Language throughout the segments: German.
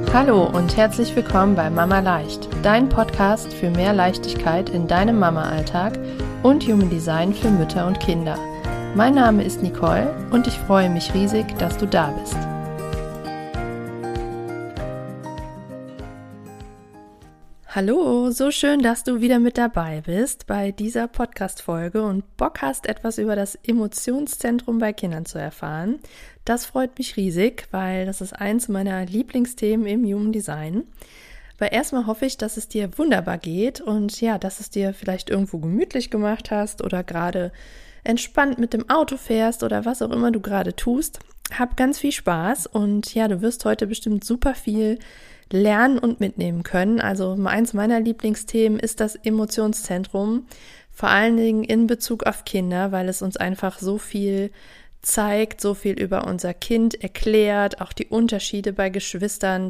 Hallo und herzlich willkommen bei Mama Leicht, dein Podcast für mehr Leichtigkeit in deinem Mama-Alltag und Human Design für Mütter und Kinder. Mein Name ist Nicole und ich freue mich riesig, dass du da bist. Hallo, so schön, dass du wieder mit dabei bist bei dieser Podcast-Folge und Bock hast, etwas über das Emotionszentrum bei Kindern zu erfahren. Das freut mich riesig, weil das ist eins meiner Lieblingsthemen im Human Design. Aber erstmal hoffe ich, dass es dir wunderbar geht und ja, dass es dir vielleicht irgendwo gemütlich gemacht hast oder gerade entspannt mit dem Auto fährst oder was auch immer du gerade tust. Hab ganz viel Spaß und ja, du wirst heute bestimmt super viel lernen und mitnehmen können. Also eins meiner Lieblingsthemen ist das Emotionszentrum, vor allen Dingen in Bezug auf Kinder, weil es uns einfach so viel zeigt, so viel über unser Kind erklärt, auch die Unterschiede bei Geschwistern,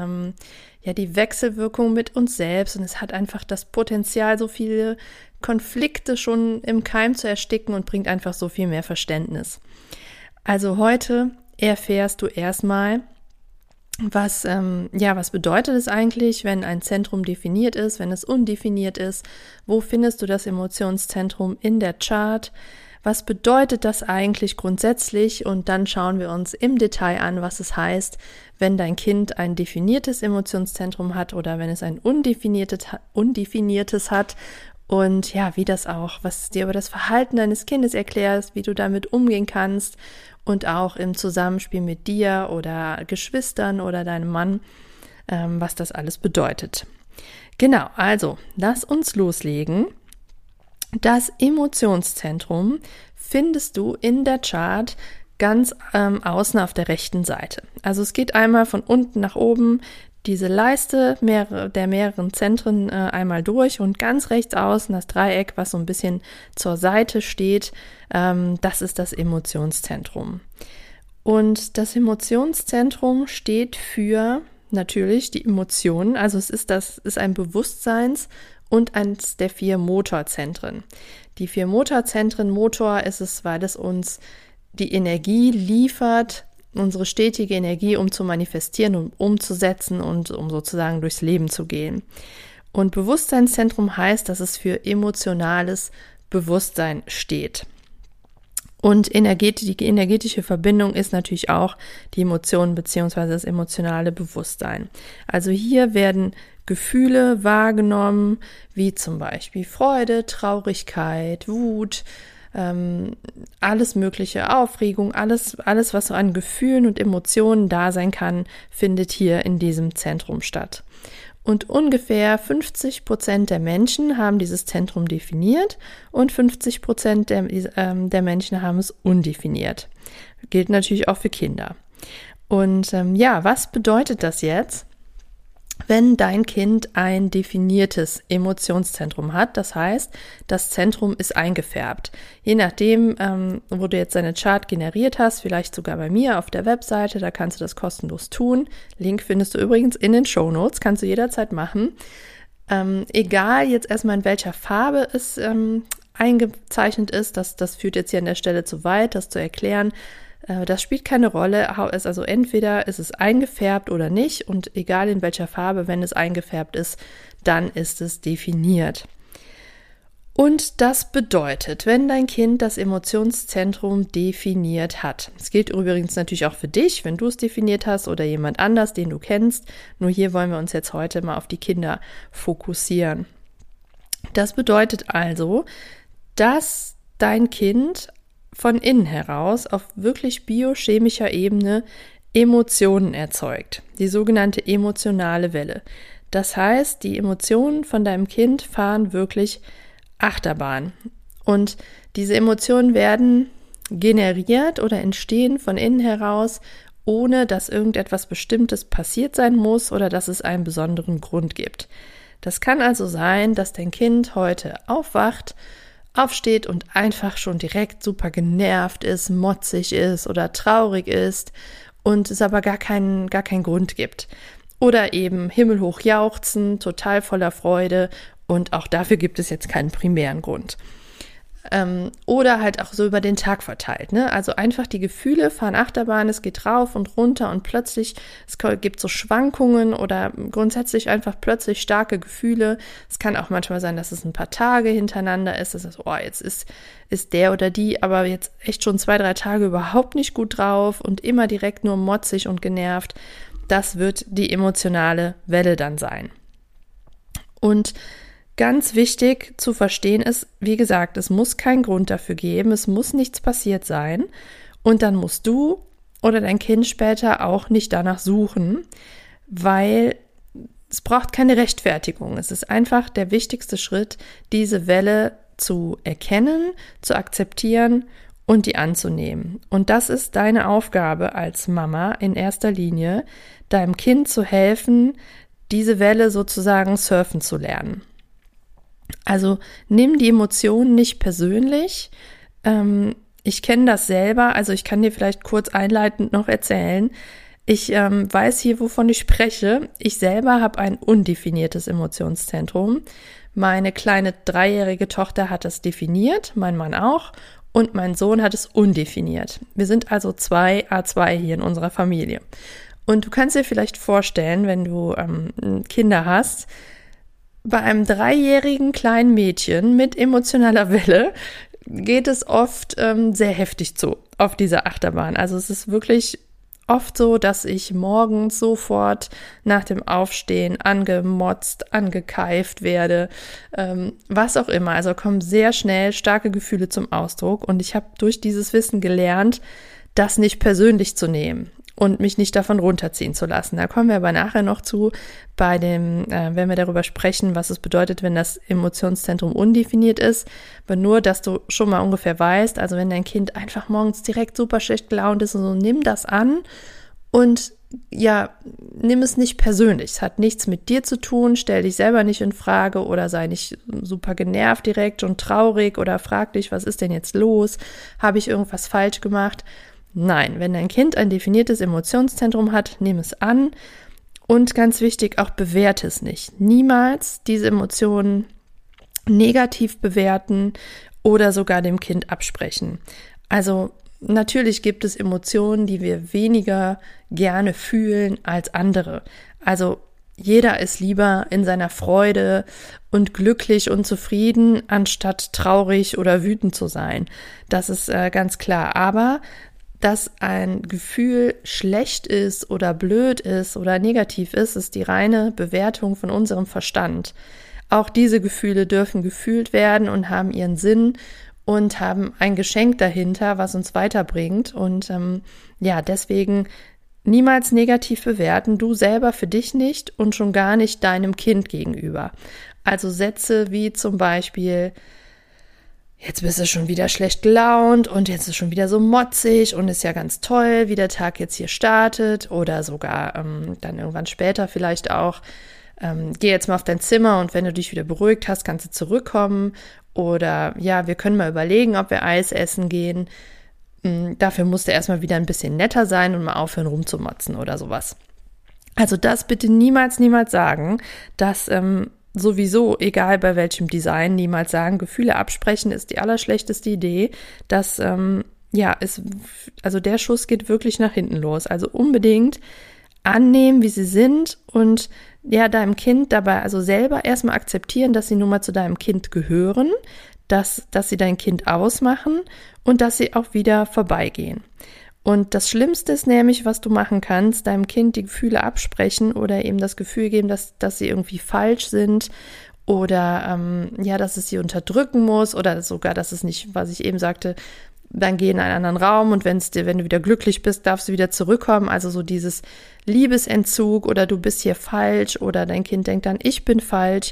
die Wechselwirkung mit uns selbst, und es hat einfach das Potenzial, so viele Konflikte schon im Keim zu ersticken und bringt einfach so viel mehr Verständnis. Also heute erfährst du erstmal, was bedeutet es eigentlich, wenn ein Zentrum definiert ist, wenn es undefiniert ist? Wo findest du das Emotionszentrum in der Chart? Was bedeutet das eigentlich grundsätzlich? Und dann schauen wir uns im Detail an, was es heißt, wenn dein Kind ein definiertes Emotionszentrum hat oder wenn es ein undefiniertes hat. Und ja, was dir über das Verhalten deines Kindes erklärst, wie du damit umgehen kannst und auch im Zusammenspiel mit dir oder Geschwistern oder deinem Mann, was das alles bedeutet. Genau, also lass uns loslegen. Das Emotionszentrum findest du in der Chart ganz außen auf der rechten Seite. Also es geht einmal von unten nach oben diese Leiste der mehreren Zentren einmal durch und ganz rechts außen das Dreieck, was so ein bisschen zur Seite steht, das ist das Emotionszentrum. Und das Emotionszentrum steht für natürlich die Emotionen, also es ist ein Bewusstseins- und eines der 4 Motorzentren. Die 4 Motorzentren, Motor ist es, weil es uns die Energie liefert, unsere stetige Energie, um zu manifestieren und umzusetzen und um sozusagen durchs Leben zu gehen. Und Bewusstseinszentrum heißt, dass es für emotionales Bewusstsein steht. Und die energetische Verbindung ist natürlich auch die Emotionen bzw. das emotionale Bewusstsein. Also hier werden Gefühle wahrgenommen, wie zum Beispiel Freude, Traurigkeit, Wut, alles mögliche, Aufregung, alles, was so an Gefühlen und Emotionen da sein kann, findet hier in diesem Zentrum statt. Und ungefähr 50% der Menschen haben dieses Zentrum definiert und 50% der Menschen haben es undefiniert. Gilt natürlich auch für Kinder. Und was bedeutet das jetzt, wenn dein Kind ein definiertes Emotionszentrum hat? Das heißt, das Zentrum ist eingefärbt. Je nachdem, wo du jetzt deine Chart generiert hast, vielleicht sogar bei mir auf der Webseite, da kannst du das kostenlos tun. Link findest du übrigens in den Shownotes, kannst du jederzeit machen. Egal jetzt erstmal in welcher Farbe es eingezeichnet ist, das führt jetzt hier an der Stelle zu weit, das zu erklären. Das spielt keine Rolle, also entweder ist es eingefärbt oder nicht, und egal in welcher Farbe, wenn es eingefärbt ist, dann ist es definiert. Und das bedeutet, wenn dein Kind das Emotionszentrum definiert hat, es gilt übrigens natürlich auch für dich, wenn du es definiert hast oder jemand anders, den du kennst, nur hier wollen wir uns jetzt heute mal auf die Kinder fokussieren. Das bedeutet also, dass dein Kind von innen heraus auf wirklich biochemischer Ebene Emotionen erzeugt, die sogenannte emotionale Welle. Das heißt, die Emotionen von deinem Kind fahren wirklich Achterbahn. Und diese Emotionen werden generiert oder entstehen von innen heraus, ohne dass irgendetwas Bestimmtes passiert sein muss oder dass es einen besonderen Grund gibt. Das kann also sein, dass dein Kind heute aufsteht und einfach schon direkt super genervt ist, motzig ist oder traurig ist und es aber gar keinen Grund gibt. Oder eben himmelhoch jauchzen, total voller Freude, und auch dafür gibt es jetzt keinen primären Grund. Oder halt auch so über den Tag verteilt, ne? Also einfach die Gefühle fahren Achterbahn, es geht rauf und runter und plötzlich, es gibt so Schwankungen oder grundsätzlich einfach plötzlich starke Gefühle. Es kann auch manchmal sein, dass es ein paar Tage hintereinander ist, dass es, jetzt ist der oder die aber jetzt echt schon 2, 3 Tage überhaupt nicht gut drauf und immer direkt nur motzig und genervt. Das wird die emotionale Welle dann sein. Und ganz wichtig zu verstehen ist, wie gesagt, es muss keinen Grund dafür geben, es muss nichts passiert sein und dann musst du oder dein Kind später auch nicht danach suchen, weil es braucht keine Rechtfertigung. Es ist einfach der wichtigste Schritt, diese Welle zu erkennen, zu akzeptieren und die anzunehmen. Und das ist deine Aufgabe als Mama in erster Linie, deinem Kind zu helfen, diese Welle sozusagen surfen zu lernen. Also nimm die Emotionen nicht persönlich. Ich kenne das selber, also ich kann dir vielleicht kurz einleitend noch erzählen. Ich weiß hier, wovon ich spreche. Ich selber habe ein undefiniertes Emotionszentrum. Meine kleine 3-jährige Tochter hat es definiert, mein Mann auch, und mein Sohn hat es undefiniert. Wir sind also 2A2 hier in unserer Familie. Und du kannst dir vielleicht vorstellen, wenn du Kinder hast, bei einem 3-jährigen kleinen Mädchen mit emotionaler Welle geht es oft sehr heftig zu auf dieser Achterbahn. Also es ist wirklich oft so, dass ich morgens sofort nach dem Aufstehen angemotzt, angekeift werde, was auch immer. Also kommen sehr schnell starke Gefühle zum Ausdruck und ich habe durch dieses Wissen gelernt, das nicht persönlich zu nehmen und mich nicht davon runterziehen zu lassen. Da kommen wir aber nachher noch zu, wenn wir darüber sprechen, was es bedeutet, wenn das Emotionszentrum undefiniert ist. Aber nur, dass du schon mal ungefähr weißt, also wenn dein Kind einfach morgens direkt super schlecht gelaunt ist und so, nimm das an und ja, nimm es nicht persönlich. Es hat nichts mit dir zu tun, stell dich selber nicht in Frage oder sei nicht super genervt direkt und traurig oder frag dich, was ist denn jetzt los? Habe ich irgendwas falsch gemacht? Nein, wenn dein Kind ein definiertes Emotionszentrum hat, nimm es an und ganz wichtig, auch bewerte es nicht. Niemals diese Emotionen negativ bewerten oder sogar dem Kind absprechen. Also natürlich gibt es Emotionen, die wir weniger gerne fühlen als andere. Also jeder ist lieber in seiner Freude und glücklich und zufrieden, anstatt traurig oder wütend zu sein. Das ist ganz klar. Aber dass ein Gefühl schlecht ist oder blöd ist oder negativ ist, ist die reine Bewertung von unserem Verstand. Auch diese Gefühle dürfen gefühlt werden und haben ihren Sinn und haben ein Geschenk dahinter, was uns weiterbringt. Und deswegen niemals negativ bewerten, du selber für dich nicht und schon gar nicht deinem Kind gegenüber. Also Sätze wie zum Beispiel: Jetzt bist du schon wieder schlecht gelaunt und jetzt ist schon wieder so motzig und ist ja ganz toll, wie der Tag jetzt hier startet, oder sogar dann irgendwann später vielleicht auch, geh jetzt mal auf dein Zimmer und wenn du dich wieder beruhigt hast, kannst du zurückkommen, oder ja, wir können mal überlegen, ob wir Eis essen gehen. Dafür musst du erstmal wieder ein bisschen netter sein und mal aufhören rumzumotzen oder sowas. Also das bitte niemals, niemals sagen, dass sowieso, egal bei welchem Design, niemals sagen, Gefühle absprechen ist die allerschlechteste Idee. Das, also der Schuss geht wirklich nach hinten los. Also unbedingt annehmen, wie sie sind und ja, deinem Kind dabei also selber erstmal akzeptieren, dass sie nun mal zu deinem Kind gehören, dass sie dein Kind ausmachen und dass sie auch wieder vorbeigehen. Und das Schlimmste ist nämlich, was du machen kannst, deinem Kind die Gefühle absprechen oder ihm das Gefühl geben, dass sie irgendwie falsch sind oder dass es sie unterdrücken muss oder sogar, dass es nicht, was ich eben sagte, dann geh in einen anderen Raum und wenn du wieder glücklich bist, darfst du wieder zurückkommen. Also so dieses Liebesentzug oder du bist hier falsch oder dein Kind denkt dann, ich bin falsch.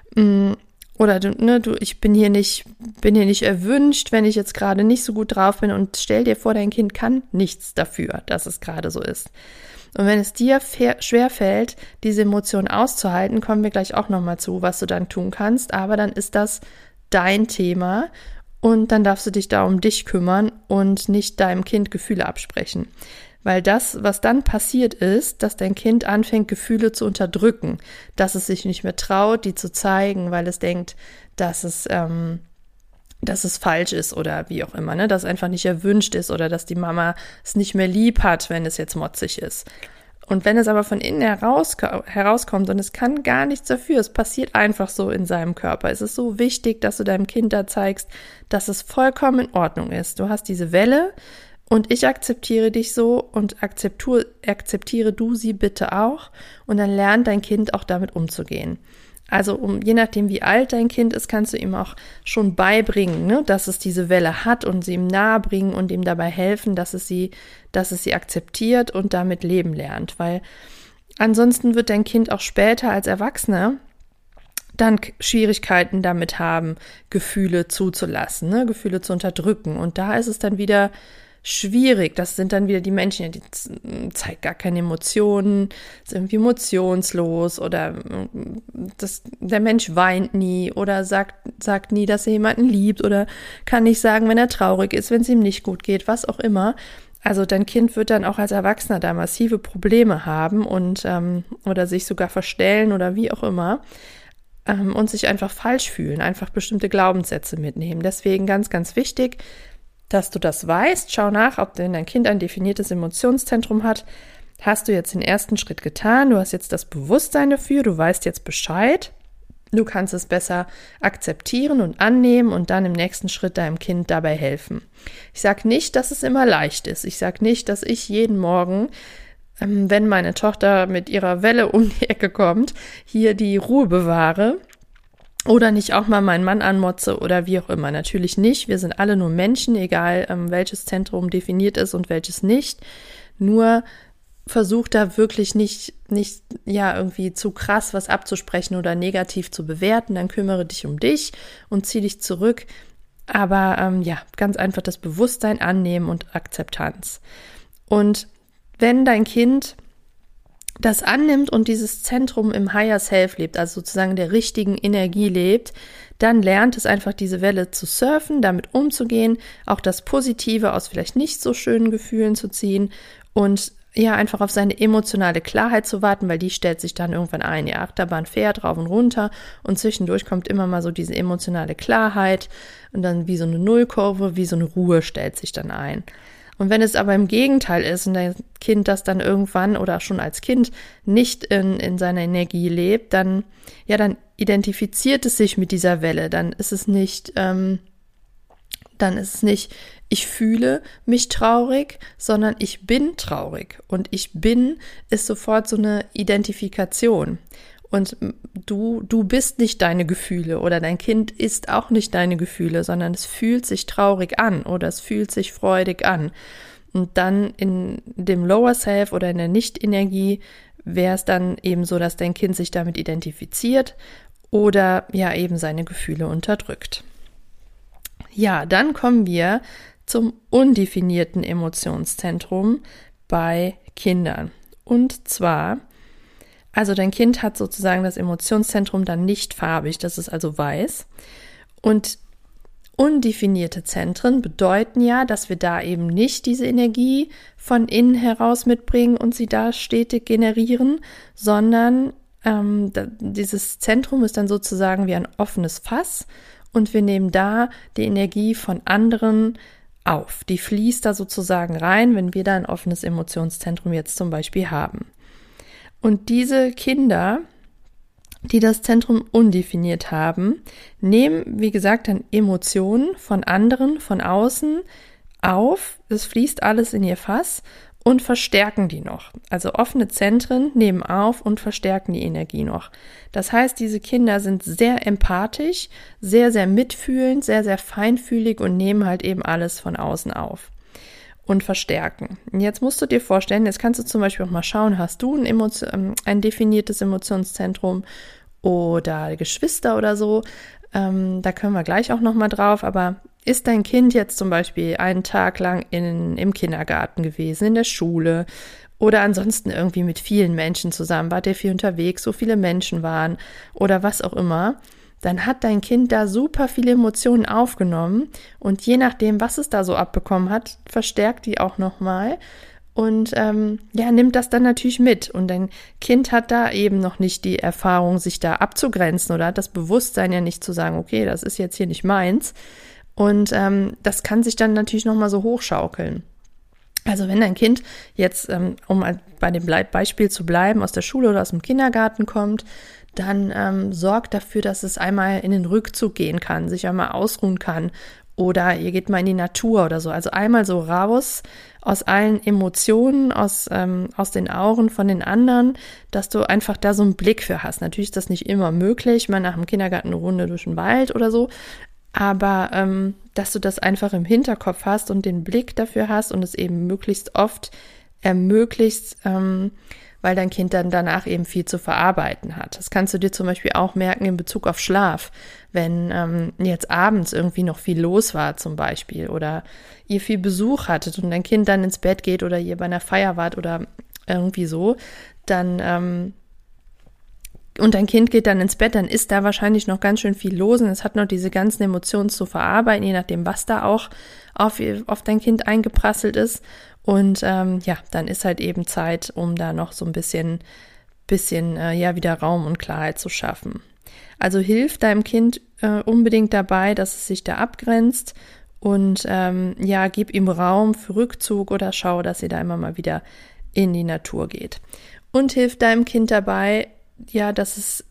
Oder ich bin hier nicht erwünscht, wenn ich jetzt gerade nicht so gut drauf bin, und stell dir vor, dein Kind kann nichts dafür, dass es gerade so ist. Und wenn es dir schwerfällt, diese Emotion auszuhalten, kommen wir gleich auch nochmal zu, was du dann tun kannst, aber dann ist das dein Thema und dann darfst du dich da um dich kümmern und nicht deinem Kind Gefühle absprechen. Weil das, was dann passiert ist, dass dein Kind anfängt, Gefühle zu unterdrücken, dass es sich nicht mehr traut, die zu zeigen, weil es denkt, dass es dass es falsch ist oder wie auch immer, ne? Dass es einfach nicht erwünscht ist oder dass die Mama es nicht mehr lieb hat, wenn es jetzt motzig ist. Und wenn es aber von innen herauskommt und es kann gar nichts dafür, es passiert einfach so in seinem Körper. Es ist so wichtig, dass du deinem Kind da zeigst, dass es vollkommen in Ordnung ist. Du hast diese Welle und ich akzeptiere dich so und akzeptiere du sie bitte auch und dann lernt dein Kind auch damit umzugehen. Also je nachdem, wie alt dein Kind ist, kannst du ihm auch schon beibringen, ne, dass es diese Welle hat und sie ihm nahe bringen und ihm dabei helfen, dass es sie akzeptiert und damit leben lernt. Weil ansonsten wird dein Kind auch später als Erwachsener dann Schwierigkeiten damit haben, Gefühle zuzulassen, ne, Gefühle zu unterdrücken. Und da ist es dann wieder schwierig. Das sind dann wieder die Menschen, die zeigen gar keine Emotionen, sind irgendwie emotionslos oder der Mensch weint nie oder sagt nie, dass er jemanden liebt oder kann nicht sagen, wenn er traurig ist, wenn es ihm nicht gut geht, was auch immer. Also dein Kind wird dann auch als Erwachsener da massive Probleme haben und oder sich sogar verstellen oder wie auch immer und sich einfach falsch fühlen, einfach bestimmte Glaubenssätze mitnehmen. Deswegen ganz, ganz wichtig, dass du das weißt. Schau nach, ob dein Kind ein definiertes Emotionszentrum hat. Hast du jetzt den ersten Schritt getan? Du hast jetzt das Bewusstsein dafür, du weißt jetzt Bescheid. Du kannst es besser akzeptieren und annehmen und dann im nächsten Schritt deinem Kind dabei helfen. Ich sage nicht, dass es immer leicht ist. Ich sage nicht, dass ich jeden Morgen, wenn meine Tochter mit ihrer Welle um die Ecke kommt, hier die Ruhe bewahre. Oder nicht auch mal meinen Mann anmotze oder wie auch immer. Natürlich nicht. Wir sind alle nur Menschen, egal welches Zentrum definiert ist und welches nicht. Nur versuch da wirklich nicht irgendwie zu krass was abzusprechen oder negativ zu bewerten. Dann kümmere dich um dich und zieh dich zurück. Aber ganz einfach das Bewusstsein annehmen und Akzeptanz. Und wenn dein Kind das annimmt und dieses Zentrum im Higher Self lebt, also sozusagen der richtigen Energie lebt, dann lernt es einfach diese Welle zu surfen, damit umzugehen, auch das Positive aus vielleicht nicht so schönen Gefühlen zu ziehen und einfach auf seine emotionale Klarheit zu warten, weil die stellt sich dann irgendwann ein. Die Achterbahn fährt rauf und runter und zwischendurch kommt immer mal so diese emotionale Klarheit und dann wie so eine Nullkurve, wie so eine Ruhe stellt sich dann ein. Und wenn es aber im Gegenteil ist und dein Kind das dann irgendwann oder schon als Kind nicht in seiner Energie lebt, dann identifiziert es sich mit dieser Welle. Dann ist es nicht, ich fühle mich traurig, sondern ich bin traurig. Und ich bin ist sofort so eine Identifikation. Und du bist nicht deine Gefühle oder dein Kind ist auch nicht deine Gefühle, sondern es fühlt sich traurig an oder es fühlt sich freudig an. Und dann in dem Lower Self oder in der Nicht-Energie wäre es dann eben so, dass dein Kind sich damit identifiziert oder eben seine Gefühle unterdrückt. Ja, dann kommen wir zum undefinierten Emotionszentrum bei Kindern. Und zwar, also dein Kind hat sozusagen das Emotionszentrum dann nicht farbig, das ist also weiß. Und undefinierte Zentren bedeuten ja, dass wir da eben nicht diese Energie von innen heraus mitbringen und sie da stetig generieren, sondern dieses Zentrum ist dann sozusagen wie ein offenes Fass und wir nehmen da die Energie von anderen auf. Die fließt da sozusagen rein, wenn wir da ein offenes Emotionszentrum jetzt zum Beispiel haben. Und diese Kinder, die das Zentrum undefiniert haben, nehmen, wie gesagt, dann Emotionen von anderen, von außen auf. Es fließt alles in ihr Fass und verstärken die noch. Also offene Zentren nehmen auf und verstärken die Energie noch. Das heißt, diese Kinder sind sehr empathisch, sehr, sehr mitfühlend, sehr, sehr feinfühlig und nehmen halt eben alles von außen auf und verstärken. Und jetzt musst du dir vorstellen, jetzt kannst du zum Beispiel auch mal schauen, hast du ein definiertes Emotionszentrum oder Geschwister oder so, da können wir gleich auch nochmal drauf, aber ist dein Kind jetzt zum Beispiel einen Tag lang im Kindergarten gewesen, in der Schule oder ansonsten irgendwie mit vielen Menschen zusammen, wart ihr viel unterwegs, so viele Menschen waren oder was auch immer, dann hat dein Kind da super viele Emotionen aufgenommen und je nachdem, was es da so abbekommen hat, verstärkt die auch nochmal und nimmt das dann natürlich mit. Und dein Kind hat da eben noch nicht die Erfahrung, sich da abzugrenzen oder hat das Bewusstsein ja nicht zu sagen, okay, das ist jetzt hier nicht meins. Und das kann sich dann natürlich nochmal so hochschaukeln. Also wenn dein Kind jetzt, um bei dem Beispiel zu bleiben, aus der Schule oder aus dem Kindergarten kommt, dann sorgt dafür, dass es einmal in den Rückzug gehen kann, sich einmal ausruhen kann oder ihr geht mal in die Natur oder so. Also einmal so raus aus allen Emotionen, aus den Augen von den anderen, dass du einfach da so einen Blick für hast. Natürlich ist das nicht immer möglich, mal nach dem Kindergarten eine Runde durch den Wald oder so, aber dass du das einfach im Hinterkopf hast und den Blick dafür hast und es eben möglichst oft ermöglichst, weil dein Kind dann danach eben viel zu verarbeiten hat. Das kannst du dir zum Beispiel auch merken in Bezug auf Schlaf, wenn jetzt abends irgendwie noch viel los war zum Beispiel oder ihr viel Besuch hattet und dein Kind dann ins Bett geht oder ihr bei einer Feier wart oder irgendwie so, dann und dein Kind geht dann ins Bett, dann ist da wahrscheinlich noch ganz schön viel los und es hat noch diese ganzen Emotionen zu verarbeiten, je nachdem, was da auch auf dein Kind eingeprasselt ist. Und dann ist halt eben Zeit, um da noch so ein bisschen wieder Raum und Klarheit zu schaffen. Also hilf deinem Kind unbedingt dabei, dass es sich da abgrenzt und gib ihm Raum für Rückzug oder schau, dass ihr da immer mal wieder in die Natur geht. Und hilf deinem Kind dabei, dass es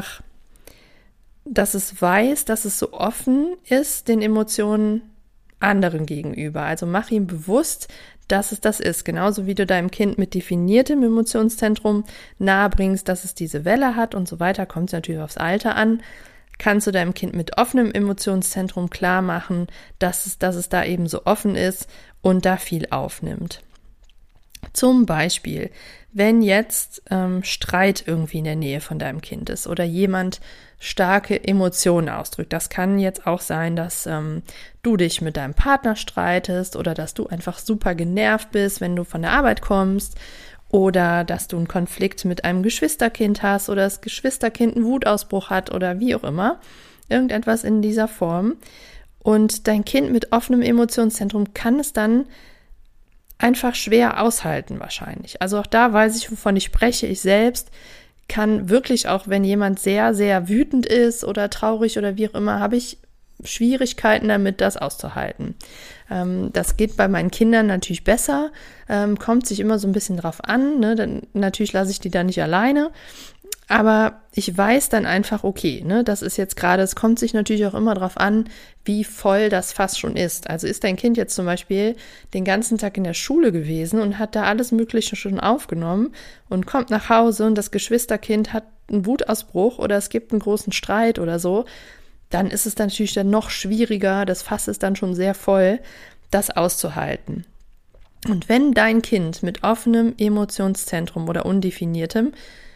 weiß, dass es so offen ist den Emotionen anderen gegenüber. Also mach ihm bewusst, dass es das ist. Genauso wie du deinem Kind mit definiertem Emotionszentrum nahebringst, dass es diese Welle hat und so weiter, kommt es natürlich aufs Alter an, kannst du deinem Kind mit offenem Emotionszentrum klar machen, dass es da eben so offen ist und da viel aufnimmt. Zum Beispiel, wenn jetzt Streit irgendwie in der Nähe von deinem Kind ist oder jemand starke Emotionen ausdrückt. Das kann jetzt auch sein, dass du dich mit deinem Partner streitest oder dass du einfach super genervt bist, wenn du von der Arbeit kommst oder dass du einen Konflikt mit einem Geschwisterkind hast oder das Geschwisterkind einen Wutausbruch hat oder wie auch immer. Irgendetwas in dieser Form. Und dein Kind mit offenem Emotionszentrum kann es dann einfach schwer aushalten wahrscheinlich. Also auch da weiß ich, wovon ich spreche. Ich selbst kann wirklich auch, wenn jemand sehr, sehr wütend ist oder traurig oder wie auch immer, habe ich Schwierigkeiten damit, das auszuhalten. Das geht bei meinen Kindern natürlich besser, kommt sich immer so ein bisschen drauf an, ne? Dann, natürlich lasse ich die da nicht alleine, aber ich weiß dann einfach, okay, ne, das ist jetzt gerade, es kommt sich natürlich auch immer drauf an, wie voll das Fass schon ist. Also ist dein Kind jetzt zum Beispiel den ganzen Tag in der Schule gewesen und hat da alles Mögliche schon aufgenommen und kommt nach Hause und das Geschwisterkind hat einen Wutausbruch oder es gibt einen großen Streit oder so, dann ist es natürlich dann noch schwieriger, das Fass ist dann schon sehr voll, das auszuhalten. Und wenn dein Kind mit offenem Emotionszentrum oder undefiniertem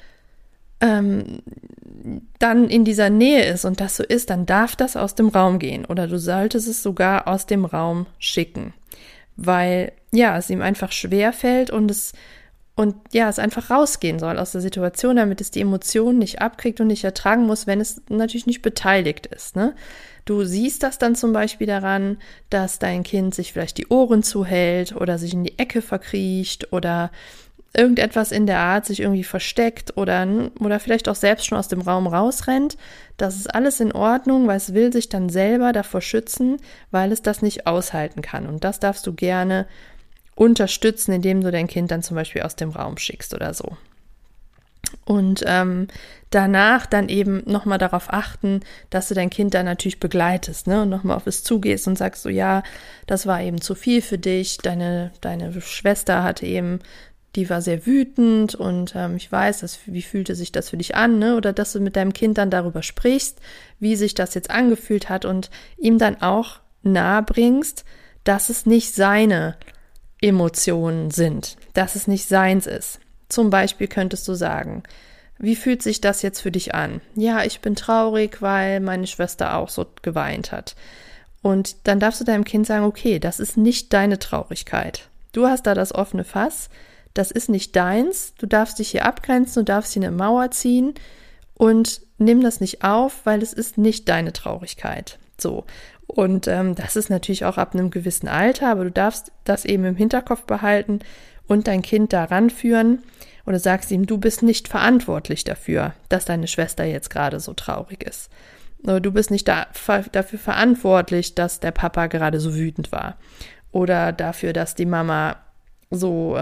dann in dieser Nähe ist und das so ist, dann darf das aus dem Raum gehen oder du solltest es sogar aus dem Raum schicken, weil es ihm einfach schwerfällt und es einfach rausgehen soll aus der Situation, damit es die Emotionen nicht abkriegt und nicht ertragen muss, wenn es natürlich nicht beteiligt ist, ne? Du siehst das dann zum Beispiel daran, dass dein Kind sich vielleicht die Ohren zuhält oder sich in die Ecke verkriecht oder irgendetwas in der Art sich irgendwie versteckt oder vielleicht auch selbst schon aus dem Raum rausrennt. Das ist alles in Ordnung, weil es will sich dann selber davor schützen, weil es das nicht aushalten kann. Und das darfst du gerne unterstützen, indem du dein Kind dann zum Beispiel aus dem Raum schickst oder so. Und danach dann eben nochmal darauf achten, dass du dein Kind dann natürlich begleitest, ne? Und nochmal auf es zugehst und sagst so, ja, das war eben zu viel für dich, deine Schwester hatte eben, die war sehr wütend und ich weiß, wie fühlte sich das für dich an, ne? Oder dass du mit deinem Kind dann darüber sprichst, wie sich das jetzt angefühlt hat und ihm dann auch nahebringst, dass es nicht seine Emotionen sind, dass es nicht seins ist. Zum Beispiel könntest du sagen, wie fühlt sich das jetzt für dich an? Ja, ich bin traurig, weil meine Schwester auch so geweint hat. Und dann darfst du deinem Kind sagen, okay, das ist nicht deine Traurigkeit. Du hast da das offene Fass, das ist nicht deins, du darfst dich hier abgrenzen, du darfst hier eine Mauer ziehen und nimm das nicht auf, weil es ist nicht deine Traurigkeit. So. Und das ist natürlich auch ab einem gewissen Alter, aber du darfst das eben im Hinterkopf behalten und dein Kind daran führen oder sagst ihm, du bist nicht verantwortlich dafür, dass deine Schwester jetzt gerade so traurig ist. Du bist nicht dafür verantwortlich, dass der Papa gerade so wütend war. Oder dafür, dass die Mama so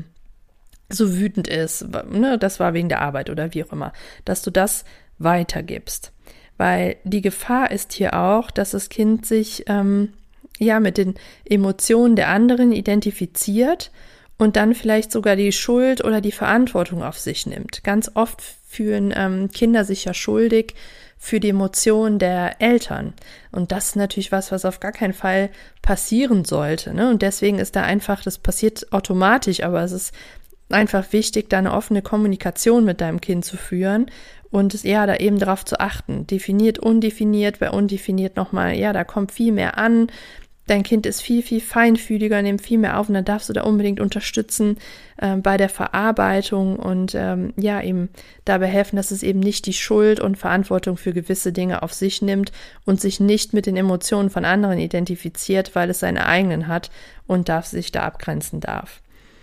wütend ist. Ne? Das war wegen der Arbeit oder wie auch immer. Dass du das weitergibst. Weil die Gefahr ist hier auch, dass das Kind sich mit den Emotionen der anderen identifiziert und dann vielleicht sogar die Schuld oder die Verantwortung auf sich nimmt. Ganz oft fühlen Kinder sich ja schuldig für die Emotionen der Eltern. Und das ist natürlich was auf gar keinen Fall passieren sollte. Ne? Und deswegen ist da einfach, das passiert automatisch, aber es ist einfach wichtig, da eine offene Kommunikation mit deinem Kind zu führen und da eben darauf zu achten. Definiert, undefiniert, bei undefiniert nochmal, da kommt viel mehr an. Dein Kind ist viel, viel feinfühliger, nimmt viel mehr auf und dann darfst du da unbedingt unterstützen bei der Verarbeitung und ihm dabei helfen, dass es eben nicht die Schuld und Verantwortung für gewisse Dinge auf sich nimmt und sich nicht mit den Emotionen von anderen identifiziert, weil es seine eigenen hat und sich da abgrenzen darf.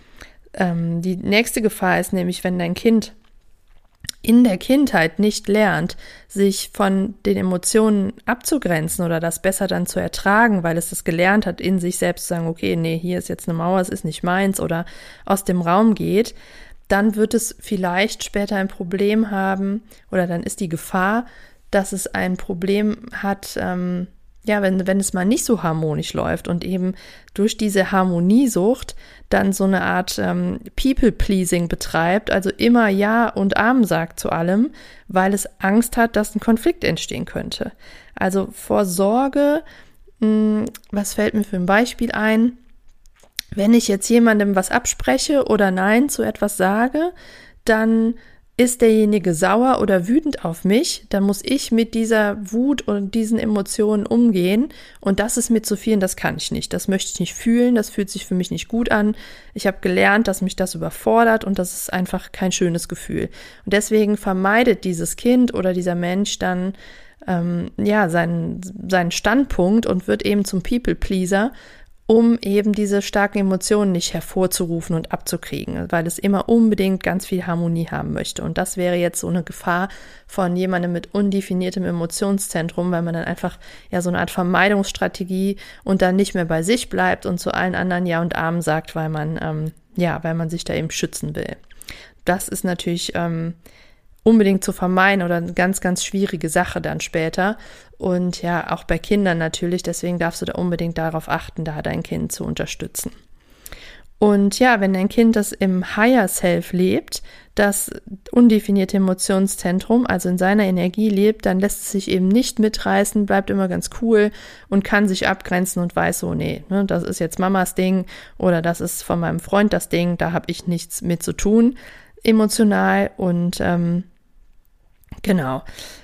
Die nächste Gefahr ist nämlich, wenn dein Kind in der Kindheit nicht lernt, sich von den Emotionen abzugrenzen oder das besser dann zu ertragen, weil es das gelernt hat, in sich selbst zu sagen, okay, nee, hier ist jetzt eine Mauer, es ist nicht meins oder aus dem Raum geht, dann wird es vielleicht später ein Problem haben oder dann ist die Gefahr, dass es ein Problem hat, wenn es mal nicht so harmonisch läuft und eben durch diese Harmoniesucht dann so eine Art People-Pleasing betreibt, also immer Ja und Amen sagt zu allem, weil es Angst hat, dass ein Konflikt entstehen könnte. Also vor Sorge, was fällt mir für ein Beispiel ein? Wenn ich jetzt jemandem was abspreche oder Nein zu etwas sage, dann ist derjenige sauer oder wütend auf mich, dann muss ich mit dieser Wut und diesen Emotionen umgehen und das ist mir zu viel und das kann ich nicht. Das möchte ich nicht fühlen, das fühlt sich für mich nicht gut an. Ich habe gelernt, dass mich das überfordert und das ist einfach kein schönes Gefühl. Und deswegen vermeidet dieses Kind oder dieser Mensch dann seinen Standpunkt und wird eben zum People-Pleaser, um eben diese starken Emotionen nicht hervorzurufen und abzukriegen, weil es immer unbedingt ganz viel Harmonie haben möchte. Und das wäre jetzt so eine Gefahr von jemandem mit undefiniertem Emotionszentrum, weil man dann einfach so eine Art Vermeidungsstrategie und dann nicht mehr bei sich bleibt und zu allen anderen Ja und Amen sagt, weil man sich da eben schützen will. Das ist natürlich unbedingt zu vermeiden oder eine ganz, ganz schwierige Sache dann später. Und auch bei Kindern natürlich, deswegen darfst du da unbedingt darauf achten, da dein Kind zu unterstützen. Und wenn dein Kind das im Higher Self lebt, das undefinierte Emotionszentrum, also in seiner Energie lebt, dann lässt es sich eben nicht mitreißen, bleibt immer ganz cool und kann sich abgrenzen und weiß so, nee, das ist jetzt Mamas Ding oder das ist von meinem Freund das Ding, da habe ich nichts mit zu tun, emotional und genau.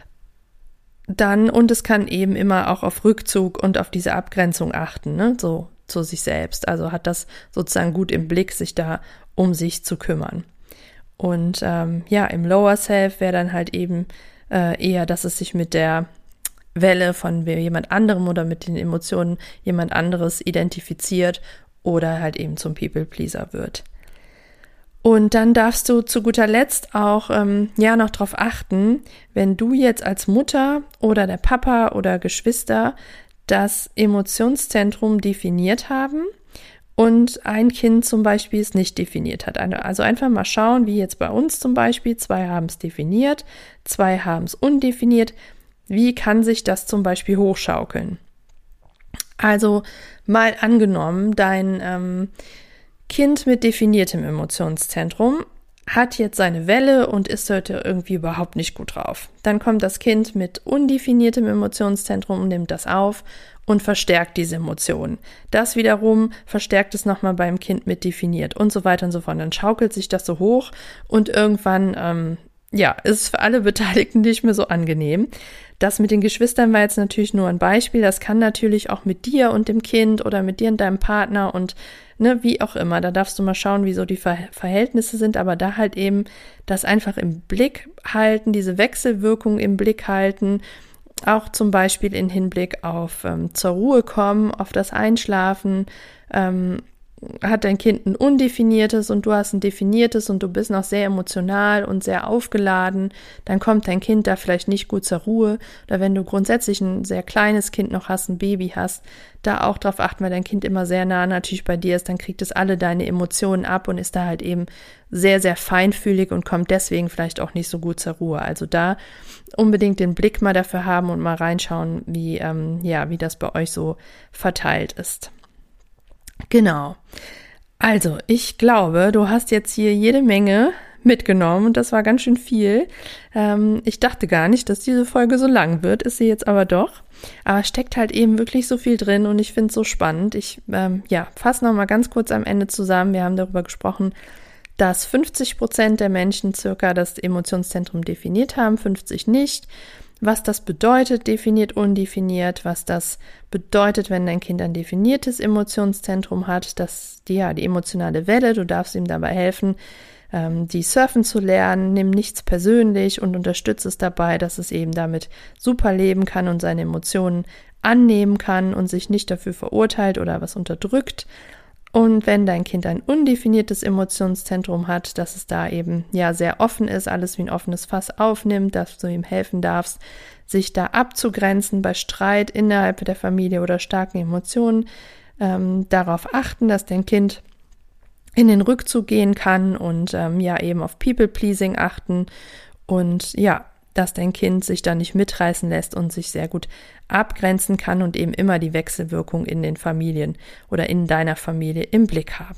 Und es kann eben immer auch auf Rückzug und auf diese Abgrenzung achten, so zu sich selbst. Also hat das sozusagen gut im Blick, sich da um sich zu kümmern. Und im Lower Self wäre dann halt eben eher, dass es sich mit der Welle von jemand anderem oder mit den Emotionen jemand anderes identifiziert oder halt eben zum People-Pleaser wird. Und dann darfst du zu guter Letzt auch noch darauf achten, wenn du jetzt als Mutter oder der Papa oder Geschwister das Emotionszentrum definiert haben und ein Kind zum Beispiel es nicht definiert hat. Also einfach mal schauen, wie jetzt bei uns zum Beispiel, 2 haben es definiert, 2 haben es undefiniert. Wie kann sich das zum Beispiel hochschaukeln? Also mal angenommen, dein Kind mit definiertem Emotionszentrum hat jetzt seine Welle und ist heute irgendwie überhaupt nicht gut drauf. Dann kommt das Kind mit undefiniertem Emotionszentrum und nimmt das auf und verstärkt diese Emotionen. Das wiederum verstärkt es nochmal beim Kind mit definiert und so weiter und so fort. Dann schaukelt sich das so hoch und irgendwann ist es für alle Beteiligten nicht mehr so angenehm. Das mit den Geschwistern war jetzt natürlich nur ein Beispiel. Das kann natürlich auch mit dir und dem Kind oder mit dir und deinem Partner und wie auch immer. Da darfst du mal schauen, wie so die Verhältnisse sind, aber da halt eben das einfach im Blick halten, diese Wechselwirkung im Blick halten, auch zum Beispiel in Hinblick auf zur Ruhe kommen, auf das Einschlafen, hat dein Kind ein undefiniertes und du hast ein definiertes und du bist noch sehr emotional und sehr aufgeladen, dann kommt dein Kind da vielleicht nicht gut zur Ruhe. Oder wenn du grundsätzlich ein sehr kleines Kind noch hast, ein Baby hast, da auch drauf achten, weil dein Kind immer sehr nah natürlich bei dir ist, dann kriegt es alle deine Emotionen ab und ist da halt eben sehr, sehr feinfühlig und kommt deswegen vielleicht auch nicht so gut zur Ruhe. Also da unbedingt den Blick mal dafür haben und mal reinschauen, wie das bei euch so verteilt ist. Genau. Also, ich glaube, du hast jetzt hier jede Menge mitgenommen und das war ganz schön viel. Ich dachte gar nicht, dass diese Folge so lang wird, ist sie jetzt aber doch. Aber steckt halt eben wirklich so viel drin und ich finde es so spannend. Ich fasse nochmal ganz kurz am Ende zusammen. Wir haben darüber gesprochen, dass 50% der Menschen circa das Emotionszentrum definiert haben, 50 nicht. Was das bedeutet, definiert, undefiniert, was das bedeutet, wenn dein Kind ein definiertes Emotionszentrum hat, dass die emotionale Welle, du darfst ihm dabei helfen, die surfen zu lernen, nimm nichts persönlich und unterstütze es dabei, dass es eben damit super leben kann und seine Emotionen annehmen kann und sich nicht dafür verurteilt oder was unterdrückt. Und wenn dein Kind ein undefiniertes Emotionszentrum hat, dass es da eben sehr offen ist, alles wie ein offenes Fass aufnimmt, dass du ihm helfen darfst, sich da abzugrenzen bei Streit innerhalb der Familie oder starken Emotionen, darauf achten, dass dein Kind in den Rückzug gehen kann und eben auf People-Pleasing achten und dass dein Kind sich da nicht mitreißen lässt und sich sehr gut abgrenzen kann und eben immer die Wechselwirkung in den Familien oder in deiner Familie im Blick haben.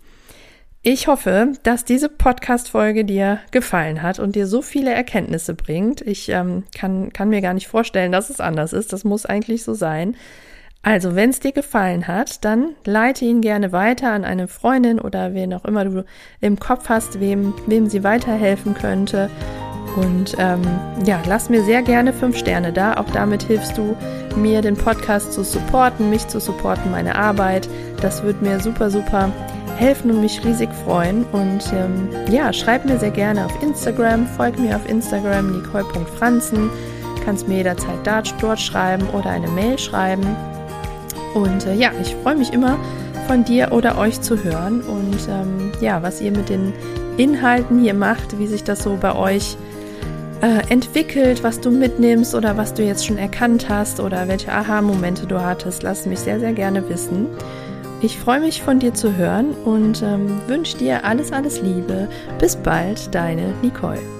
Ich hoffe, dass diese Podcast-Folge dir gefallen hat und dir so viele Erkenntnisse bringt. Ich kann mir gar nicht vorstellen, dass es anders ist. Das muss eigentlich so sein. Also, wenn es dir gefallen hat, dann leite ihn gerne weiter an eine Freundin oder wen auch immer du im Kopf hast, wem sie weiterhelfen könnte. Und lass mir sehr gerne 5 Sterne da. Auch damit hilfst du mir, den Podcast zu supporten, mich zu supporten, meine Arbeit. Das wird mir super, super helfen und mich riesig freuen. Und schreib mir sehr gerne auf Instagram. Folg mir auf Instagram, nicole.franzen. Kannst mir jederzeit dort schreiben oder eine Mail schreiben. Und ich freue mich immer, von dir oder euch zu hören. Und was ihr mit den Inhalten hier macht, wie sich das so bei euch entwickelt, was du mitnimmst oder was du jetzt schon erkannt hast oder welche Aha-Momente du hattest, lass mich sehr, sehr gerne wissen. Ich freue mich, von dir zu hören und wünsche dir alles, alles Liebe. Bis bald, deine Nicole.